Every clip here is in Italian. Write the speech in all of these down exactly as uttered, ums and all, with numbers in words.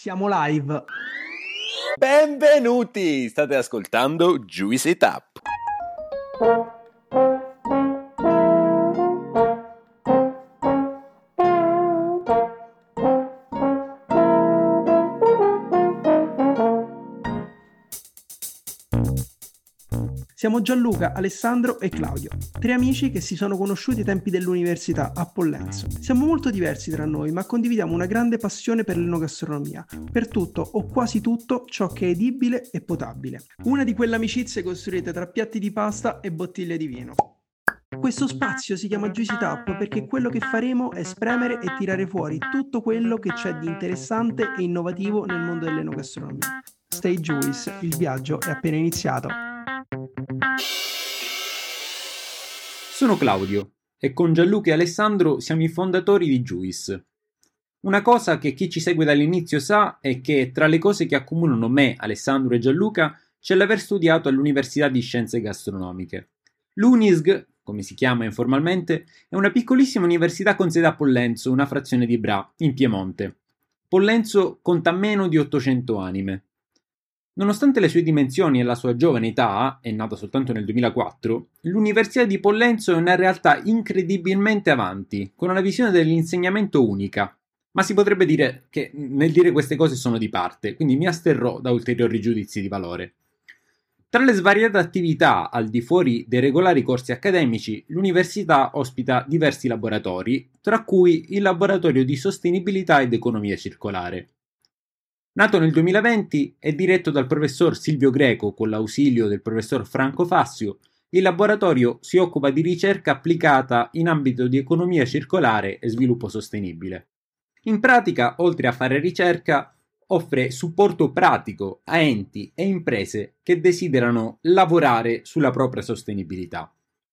Siamo live. Benvenuti! State ascoltando Juice It Up. Siamo Gianluca, Alessandro e Claudio, tre amici che si sono conosciuti ai tempi dell'università a Pollenzo. Siamo molto diversi tra noi, ma condividiamo una grande passione per l'enogastronomia, per tutto o quasi tutto ciò che è edibile e potabile. Una di quelle amicizie costruite tra piatti di pasta e bottiglie di vino. Questo spazio si chiama Juice It Up perché quello che faremo è spremere e tirare fuori tutto quello che c'è di interessante e innovativo nel mondo dell'enogastronomia. Stay Juice, il viaggio è appena iniziato. Sono Claudio e con Gianluca e Alessandro siamo i fondatori di Juice. Una cosa che chi ci segue dall'inizio sa è che tra le cose che accomunano me, Alessandro e Gianluca c'è l'aver studiato all'Università di Scienze Gastronomiche. L'U N I S G, come si chiama informalmente, è una piccolissima università con sede a Pollenzo, una frazione di Bra, in Piemonte. Pollenzo conta meno di ottocento anime. Nonostante le sue dimensioni e la sua giovane età, è nata soltanto nel duemilaquattro, l'Università di Pollenzo è una realtà incredibilmente avanti, con una visione dell'insegnamento unica. Ma si potrebbe dire che nel dire queste cose sono di parte, quindi mi asterrò da ulteriori giudizi di valore. Tra le svariate attività al di fuori dei regolari corsi accademici, l'università ospita diversi laboratori, tra cui il laboratorio di sostenibilità ed economia circolare. Nato nel duemilaventi e diretto dal professor Silvio Greco con l'ausilio del professor Franco Fassio, il laboratorio si occupa di ricerca applicata in ambito di economia circolare e sviluppo sostenibile. In pratica, oltre a fare ricerca, offre supporto pratico a enti e imprese che desiderano lavorare sulla propria sostenibilità.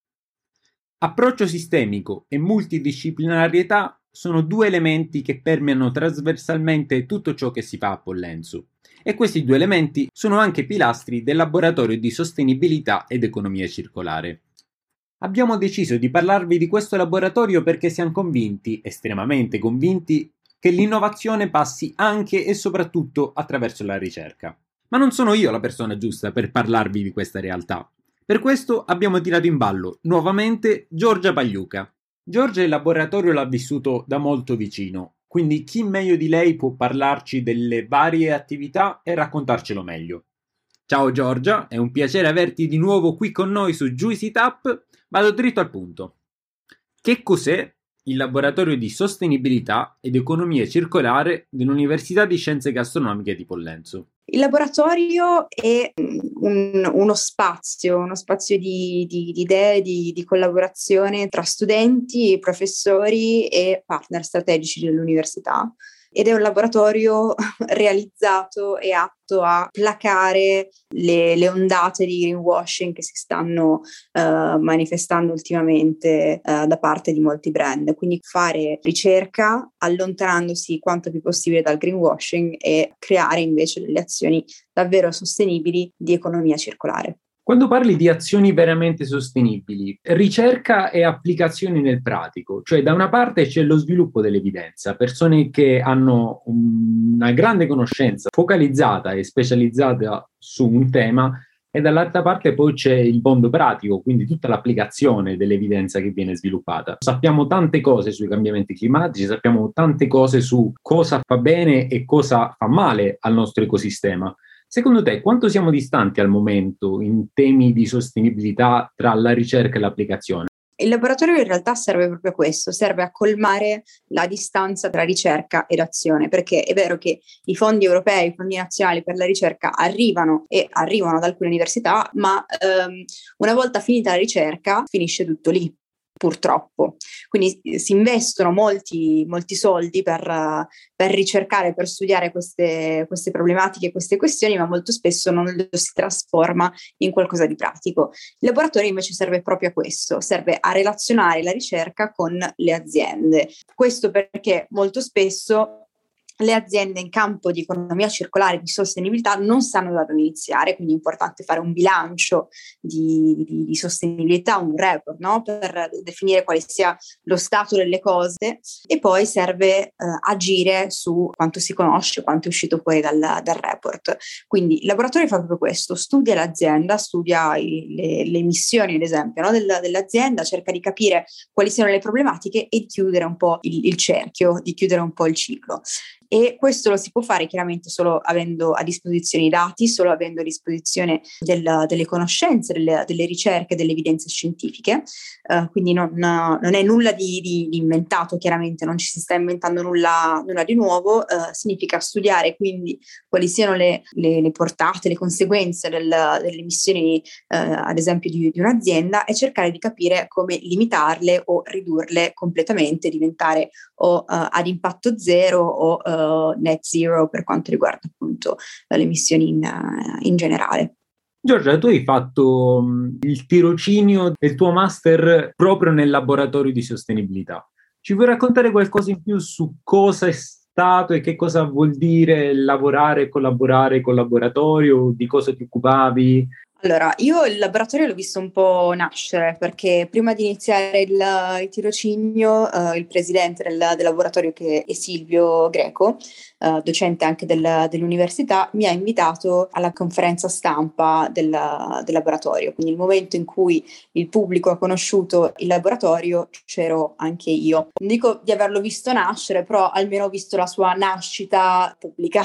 Approccio sistemico e multidisciplinarietà sono due elementi che permeano trasversalmente tutto ciò che si fa a Pollenzo. E questi due elementi sono anche pilastri del laboratorio di sostenibilità ed economia circolare. Abbiamo deciso di parlarvi di questo laboratorio perché siamo convinti, estremamente convinti, che l'innovazione passi anche e soprattutto attraverso la ricerca. Ma non sono io la persona giusta per parlarvi di questa realtà. Per questo abbiamo tirato in ballo, nuovamente, Giorgia Pagliuca. Giorgia il laboratorio l'ha vissuto da molto vicino, quindi chi meglio di lei può parlarci delle varie attività e raccontarcelo meglio. Ciao Giorgia, è un piacere averti di nuovo qui con noi su Juice It Up. Vado dritto al punto. Che cos'è il laboratorio di sostenibilità ed economia circolare dell'Università di Scienze Gastronomiche di Pollenzo? Il laboratorio è un, uno spazio, uno spazio di, di, di idee, di, di collaborazione tra studenti, professori e partner strategici dell'università. Ed è un laboratorio realizzato e atto a placare le, le ondate di greenwashing che si stanno uh, manifestando ultimamente uh, da parte di molti brand. Quindi fare ricerca allontanandosi quanto più possibile dal greenwashing e creare invece delle azioni davvero sostenibili di economia circolare. Quando parli di azioni veramente sostenibili, ricerca e applicazioni nel pratico, cioè da una parte c'è lo sviluppo dell'evidenza, persone che hanno una grande conoscenza focalizzata e specializzata su un tema, e dall'altra parte poi c'è il mondo pratico, quindi tutta l'applicazione dell'evidenza che viene sviluppata. Sappiamo tante cose sui cambiamenti climatici, sappiamo tante cose su cosa fa bene e cosa fa male al nostro ecosistema. Secondo te, quanto siamo distanti al momento in temi di sostenibilità tra la ricerca e l'applicazione? Il laboratorio in realtà serve proprio a questo, serve a colmare la distanza tra ricerca ed azione, perché è vero che i fondi europei, i fondi nazionali per la ricerca arrivano e arrivano ad alcune università, ma ehm, una volta finita la ricerca finisce tutto lì. Purtroppo. Quindi si investono molti, molti soldi per, uh, per ricercare, per studiare queste, queste problematiche, queste questioni, ma molto spesso non lo si trasforma in qualcosa di pratico. Il laboratorio invece serve proprio a questo, serve a relazionare la ricerca con le aziende. Questo perché molto spesso le aziende in campo di economia circolare e di sostenibilità non sanno da dove iniziare, quindi è importante fare un bilancio di, di, di sostenibilità, un report, no? Per definire quale sia lo stato delle cose, e poi serve eh, agire su quanto si conosce, quanto è uscito fuori dal, dal report. Quindi il laboratorio fa proprio questo: studia l'azienda, studia i, le, le emissioni ad esempio, no? Del, dell'azienda, cerca di capire quali siano le problematiche e di chiudere un po' il, il cerchio, di chiudere un po' il ciclo. E questo lo si può fare chiaramente solo avendo a disposizione i dati, solo avendo a disposizione del, delle conoscenze, delle, delle ricerche, delle evidenze scientifiche. Uh, quindi non, non è nulla di, di, di inventato, chiaramente non ci si sta inventando nulla, nulla di nuovo. Uh, significa studiare quindi quali siano le, le, le portate, le conseguenze del, delle emissioni uh, ad esempio di, di un'azienda, e cercare di capire come limitarle o ridurle completamente, diventare o uh, ad impatto zero o uh, net zero per quanto riguarda appunto le emissioni in, in generale. Giorgia, tu hai fatto um, il tirocinio del tuo master proprio nel laboratorio di sostenibilità. Ci vuoi raccontare qualcosa in più su cosa è stato e che cosa vuol dire lavorare e collaborare con il laboratorio, di cosa ti occupavi? Allora, io il laboratorio l'ho visto un po' nascere, perché prima di iniziare il, il tirocinio, uh, il presidente del, del laboratorio, che è Silvio Greco, uh, docente anche del, dell'università, mi ha invitato alla conferenza stampa del, del laboratorio. Quindi il momento in cui il pubblico ha conosciuto il laboratorio c'ero anche io. Non dico di averlo visto nascere, però almeno ho visto la sua nascita pubblica.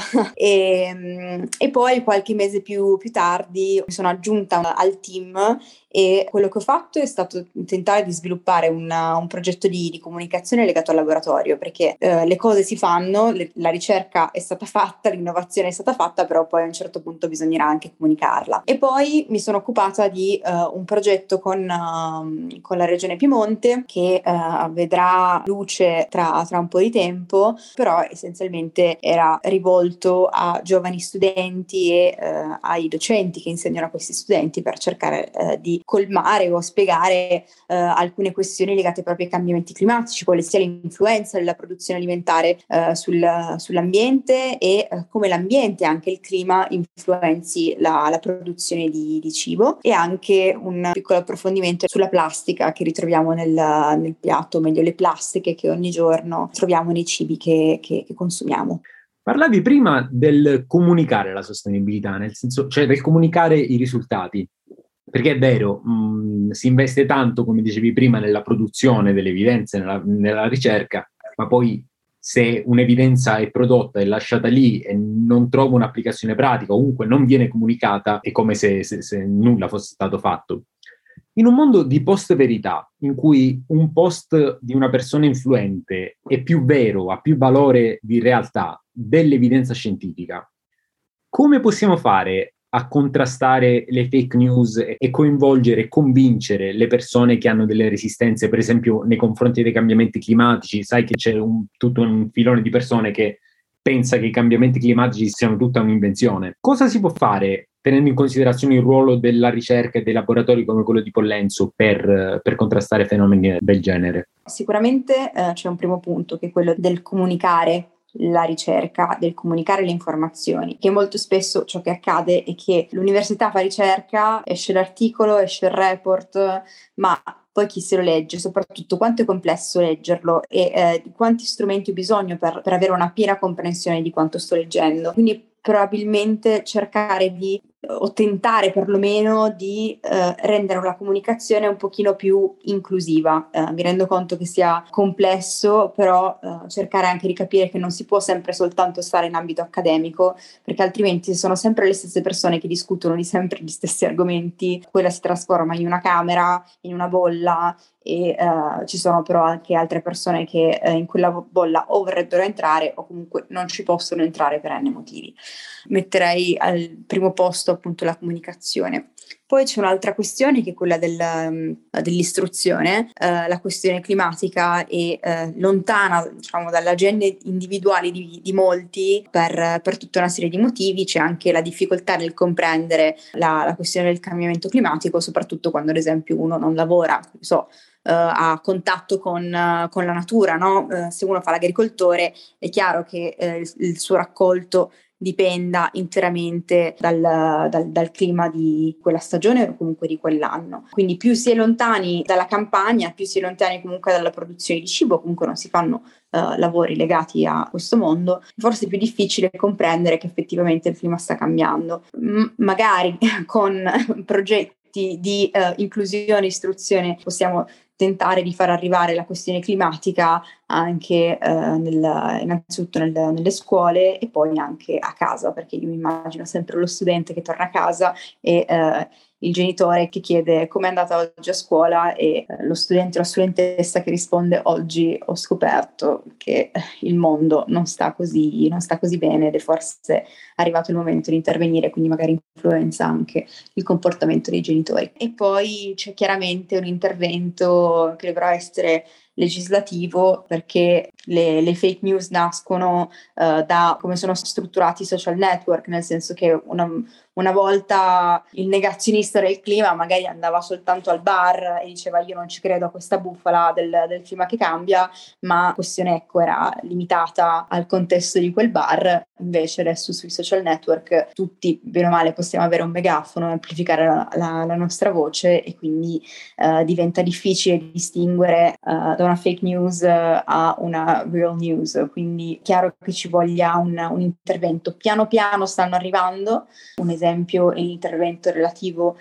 e, e poi qualche mese più, più tardi mi sono aggiunta al team, e quello che ho fatto è stato tentare di sviluppare una, un progetto di, di comunicazione legato al laboratorio, perché eh, le cose si fanno, le, la ricerca è stata fatta, l'innovazione è stata fatta, però poi a un certo punto bisognerà anche comunicarla. E poi mi sono occupata di uh, un progetto con, uh, con la Regione Piemonte, che uh, vedrà luce tra, tra un po' di tempo, però essenzialmente era rivolto a giovani studenti e uh, ai docenti che insegnano a questi studenti, per cercare uh, di colmare o spiegare uh, alcune questioni legate proprio ai cambiamenti climatici, quale sia l'influenza della produzione alimentare uh, sul, sull'ambiente, e uh, come l'ambiente e anche il clima influenzi la, la produzione di, di cibo, e anche un piccolo approfondimento sulla plastica che ritroviamo nel, nel piatto, o meglio le plastiche che ogni giorno troviamo nei cibi che, che, che consumiamo. Parlavi prima del comunicare la sostenibilità, nel senso, cioè del comunicare i risultati. Perché è vero, mh, si investe tanto, come dicevi prima, nella produzione delle evidenze, nella, nella ricerca, ma poi se un'evidenza è prodotta e lasciata lì e non trova un'applicazione pratica, o comunque non viene comunicata, è come se, se, se nulla fosse stato fatto. In un mondo di post-verità, in cui un post di una persona influente è più vero, ha più valore di realtà dell'evidenza scientifica, come possiamo fare a contrastare le fake news e coinvolgere e convincere le persone che hanno delle resistenze, per esempio nei confronti dei cambiamenti climatici? Sai che c'è un, tutto un filone di persone che pensa che i cambiamenti climatici siano tutta un'invenzione. Cosa si può fare, tenendo in considerazione il ruolo della ricerca e dei laboratori come quello di Pollenzo, per, per contrastare fenomeni del genere? Sicuramente eh, c'è un primo punto, che è quello del comunicare la ricerca, del comunicare le informazioni, che molto spesso ciò che accade è che l'università fa ricerca, esce l'articolo, esce il report, ma poi chi se lo legge, soprattutto quanto è complesso leggerlo e eh, di quanti strumenti ho bisogno per, per avere una piena comprensione di quanto sto leggendo. Quindi probabilmente cercare di o tentare perlomeno di eh, rendere la comunicazione un pochino più inclusiva. Eh, mi rendo conto che sia complesso, però eh, cercare anche di capire che non si può sempre soltanto stare in ambito accademico, perché altrimenti sono sempre le stesse persone che discutono di sempre gli stessi argomenti, quella si trasforma in una camera, in una bolla, e uh, ci sono però anche altre persone che uh, in quella bolla o vorrebbero entrare o comunque non ci possono entrare per n motivi. Metterei al primo posto appunto la comunicazione. Poi c'è un'altra questione che è quella del, um, dell'istruzione. Uh, la questione climatica è uh, lontana, diciamo, dalle agende individuali di, di molti per, per tutta una serie di motivi. C'è anche la difficoltà nel comprendere la, la questione del cambiamento climatico, soprattutto quando ad esempio uno non lavora, non so, a contatto con, uh, con la natura, no? Uh, se uno fa l'agricoltore è chiaro che uh, il, il suo raccolto dipenda interamente dal, dal, dal clima di quella stagione o comunque di quell'anno. Quindi più si è lontani dalla campagna, più si è lontani comunque dalla produzione di cibo, comunque non si fanno uh, lavori legati a questo mondo, forse è più difficile comprendere che effettivamente il clima sta cambiando. M- magari con progetti di uh, inclusione e istruzione possiamo tentare di far arrivare la questione climatica anche eh, nel, innanzitutto nel, nelle scuole e poi anche a casa, perché io mi immagino sempre lo studente che torna a casa e eh, il genitore che chiede com'è andata oggi a scuola e eh, lo studente o la studentessa che risponde oggi ho scoperto che il mondo non sta così, non sta così bene ed è forse arrivato il momento di intervenire, quindi magari influenza anche il comportamento dei genitori. E poi c'è chiaramente un intervento che dovrà essere legislativo, perché le, le fake news nascono uh, da come sono strutturati i social network, nel senso che una, una volta il negazionista del clima magari andava soltanto al bar e diceva io non ci credo a questa bufala del, del clima che cambia, ma la questione ecco era limitata al contesto di quel bar. Invece adesso sui social network tutti bene o male possiamo avere un megafono e amplificare la, la, la nostra voce e quindi uh, diventa difficile distinguere uh, da una fake news a una real news, quindi è chiaro che ci voglia un, un intervento. Piano piano stanno arrivando, un esempio è l'intervento relativo uh,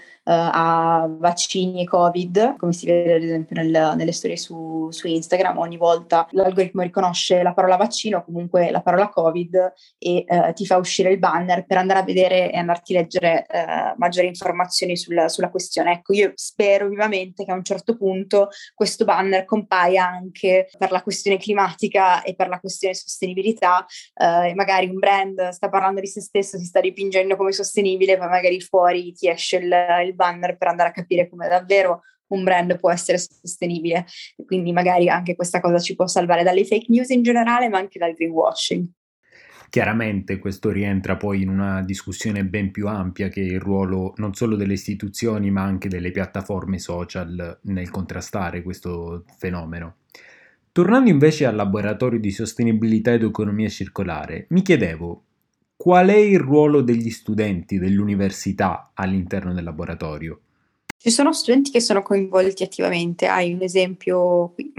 a vaccini e Covid, come si vede ad esempio nel, nelle storie su, su Instagram, ogni volta l'algoritmo riconosce la parola vaccino o comunque la parola Covid e uh, ti fa uscire il banner per andare a vedere e andarti a leggere uh, maggiori informazioni sul, sulla questione. Ecco, io spero vivamente che a un certo punto questo banner compaia anche per la questione climatica e per la questione sostenibilità, eh, magari un brand sta parlando di se stesso, si sta dipingendo come sostenibile, poi magari fuori ti esce il, il banner per andare a capire come davvero un brand può essere sostenibile, quindi magari anche questa cosa ci può salvare dalle fake news in generale, ma anche dal greenwashing. Chiaramente questo rientra poi in una discussione ben più ampia che è il ruolo non solo delle istituzioni ma anche delle piattaforme social nel contrastare questo fenomeno. Tornando invece al laboratorio di sostenibilità ed economia circolare, mi chiedevo qual è il ruolo degli studenti dell'università all'interno del laboratorio? Ci sono studenti che sono coinvolti attivamente, hai un esempio qui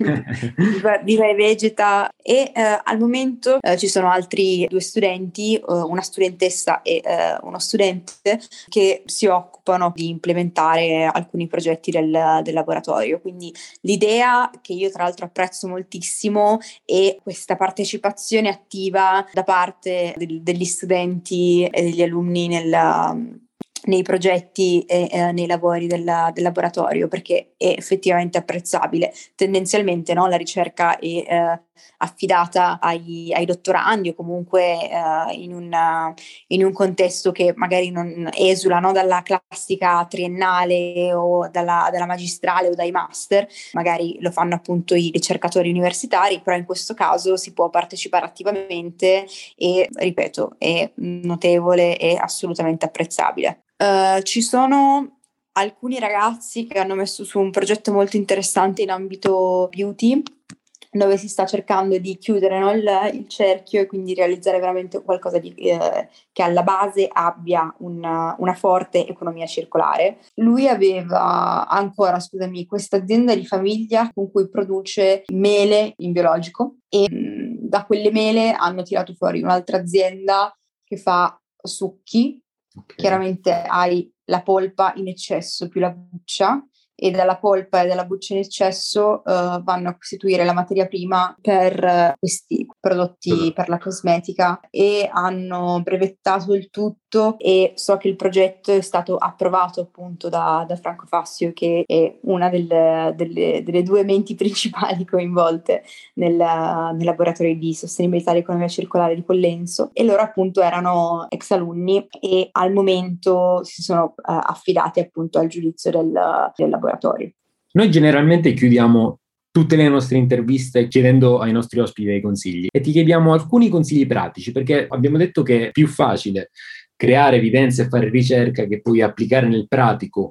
di Vai Vegeta e eh, al momento eh, ci sono altri due studenti, eh, una studentessa e eh, uno studente che si occupano di implementare alcuni progetti del, del laboratorio, quindi l'idea che io tra l'altro apprezzo moltissimo è questa partecipazione attiva da parte del, degli studenti e degli alunni nel nei progetti e eh, nei lavori della, del laboratorio, perché è effettivamente apprezzabile. Tendenzialmente no, la ricerca è eh, affidata ai, ai dottorandi o comunque eh, in, una, in un contesto che magari non esula no, dalla classica triennale o dalla, dalla magistrale o dai master, magari lo fanno appunto i ricercatori universitari, però in questo caso si può partecipare attivamente e, ripeto, è notevole e assolutamente apprezzabile. Uh, ci sono alcuni ragazzi che hanno messo su un progetto molto interessante in ambito beauty, dove si sta cercando di chiudere no, il, il cerchio e quindi realizzare veramente qualcosa di, eh, che alla base abbia una, una forte economia circolare. Lui aveva ancora, scusami, questa azienda di famiglia con cui produce mele in biologico e mh, da quelle mele hanno tirato fuori un'altra azienda che fa succhi. Okay. Chiaramente hai la polpa in eccesso più la buccia e dalla polpa e dalla buccia in eccesso uh, vanno a costituire la materia prima per uh, questi prodotti per la cosmetica e hanno brevettato il tutto e so che il progetto è stato approvato appunto da, da Franco Fassio, che è una delle, delle, delle due menti principali coinvolte nel, nel laboratorio di sostenibilità e economia circolare di Pollenzo, e loro appunto erano ex alunni e al momento si sono uh, affidati appunto al giudizio del, del laboratorio. Noi generalmente chiudiamo tutte le nostre interviste chiedendo ai nostri ospiti dei consigli e ti chiediamo alcuni consigli pratici, perché abbiamo detto che è più facile creare evidenze e fare ricerca che poi applicare nel pratico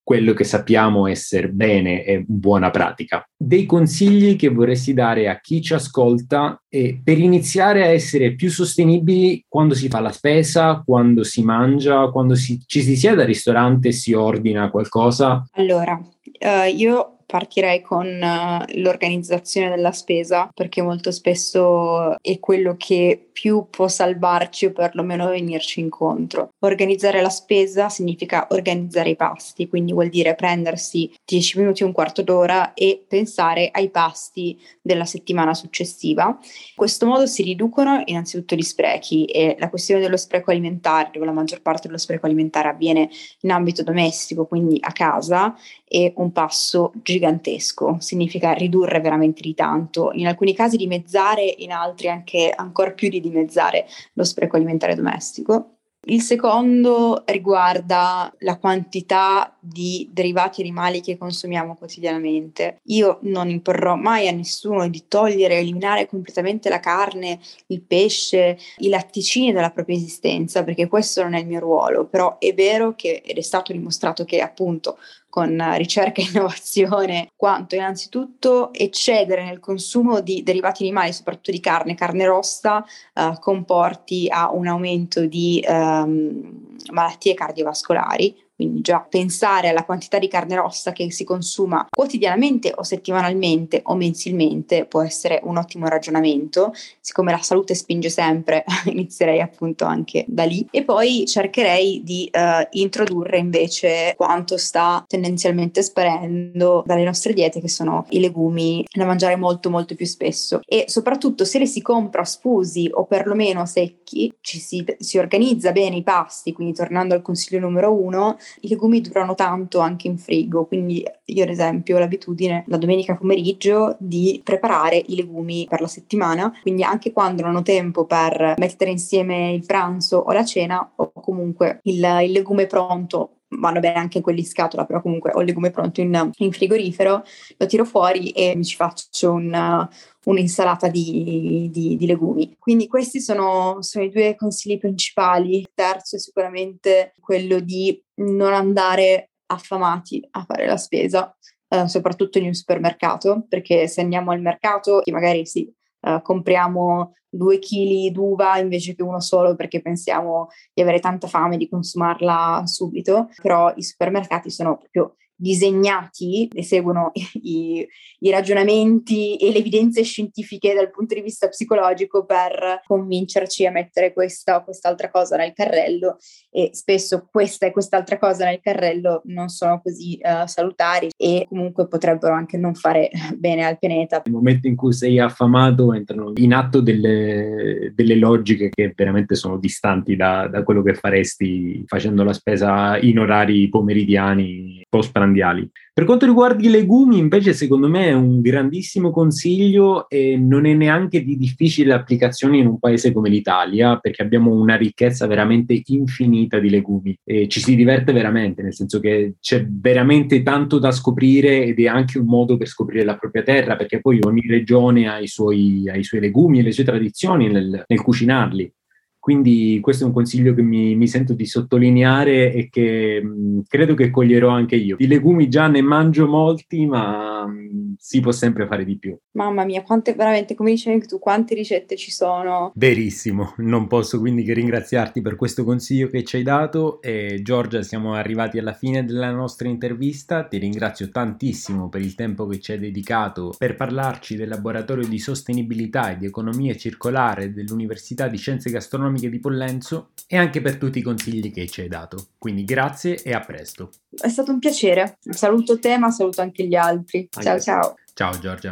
quello che sappiamo essere bene e buona pratica. Dei consigli che vorresti dare a chi ci ascolta e per iniziare a essere più sostenibili quando si fa la spesa, quando si mangia, quando si, ci si siede al ristorante e si ordina qualcosa? Allora, eh, io partirei con uh, l'organizzazione della spesa, perché molto spesso è quello che più può salvarci o perlomeno venirci incontro. Organizzare la spesa significa organizzare i pasti, quindi vuol dire prendersi dieci minuti, un quarto d'ora e pensare ai pasti della settimana successiva. In questo modo si riducono innanzitutto gli sprechi, e la questione dello spreco alimentare, dove la maggior parte dello spreco alimentare avviene in ambito domestico, quindi a casa, è un passo gigantesco. Significa ridurre veramente di tanto, in alcuni casi dimezzare, in altri anche ancora più di dimezzare lo spreco alimentare domestico. Il secondo riguarda la quantità di derivati animali che consumiamo quotidianamente. Io non imporrò mai a nessuno di togliere, eliminare completamente la carne, il pesce, i latticini dalla propria esistenza, perché questo non è il mio ruolo, però è vero che, ed è stato dimostrato che appunto con ricerca e innovazione, quanto innanzitutto eccedere nel consumo di derivati animali, soprattutto di carne, carne rossa, eh, comporti a un aumento di ehm, malattie cardiovascolari. Quindi già pensare alla quantità di carne rossa che si consuma quotidianamente o settimanalmente o mensilmente può essere un ottimo ragionamento. Siccome la salute spinge sempre, inizierei appunto anche da lì. E poi cercherei di eh, introdurre invece quanto sta tendenzialmente sparendo dalle nostre diete, che sono i legumi, da mangiare molto molto più spesso. E soprattutto se li si compra sfusi o perlomeno secchi, ci si, si organizza bene i pasti, quindi tornando al consiglio numero uno, i legumi durano tanto anche in frigo, quindi io ad esempio ho l'abitudine la domenica pomeriggio di preparare i legumi per la settimana, quindi anche quando non ho tempo per mettere insieme il pranzo o la cena, ho comunque il, il legume pronto. Vanno bene anche quelli in scatola, però comunque ho il legume pronto in, in frigorifero, lo tiro fuori e mi ci faccio un, un'insalata di, di, di legumi. Quindi questi sono, sono i due consigli principali. Il terzo è sicuramente quello di non andare affamati a fare la spesa, eh, soprattutto in un supermercato, perché se andiamo al mercato, che magari sì, Uh, compriamo due chili d'uva invece che uno solo perché pensiamo di avere tanta fame di consumarla subito, però i supermercati sono proprio disegnati e seguono i, i ragionamenti e le evidenze scientifiche dal punto di vista psicologico per convincerci a mettere questa o quest'altra cosa nel carrello, e spesso questa e quest'altra cosa nel carrello non sono così uh, salutari e comunque potrebbero anche non fare bene al pianeta. Nel momento in cui sei affamato entrano in atto delle, delle logiche che veramente sono distanti da, da quello che faresti facendo la spesa in orari pomeridiani postprandiali. Per quanto riguarda i legumi, invece, secondo me è un grandissimo consiglio e non è neanche di difficile applicazione in un paese come l'Italia, perché abbiamo una ricchezza veramente infinita di legumi e ci si diverte veramente, nel senso che c'è veramente tanto da scoprire ed è anche un modo per scoprire la propria terra, perché poi ogni regione ha i suoi, ha i suoi legumi e le sue tradizioni nel, nel cucinarli. Quindi questo è un consiglio che mi, mi sento di sottolineare e che mh, credo che coglierò anche io. Di legumi già ne mangio molti, ma mh, si può sempre fare di più. Mamma mia, quante veramente, come dicevi tu, quante ricette ci sono. Verissimo, non posso quindi che ringraziarti per questo consiglio che ci hai dato. E Giorgia, siamo arrivati alla fine della nostra intervista. Ti ringrazio tantissimo per il tempo che ci hai dedicato per parlarci del laboratorio di sostenibilità e di economia circolare dell'Università di Scienze Gastronomiche di Pollenzo e anche per tutti i consigli che ci hai dato. Quindi grazie e a presto. È stato un piacere. Saluto te, ma saluto anche gli altri. Anche Ciao ciao. Ciao Giorgia.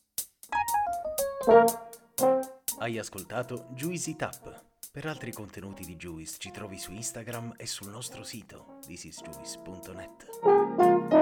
Hai ascoltato Juicy Tap. Per altri contenuti di Juice ci trovi su Instagram e sul nostro sito this is juice punto net.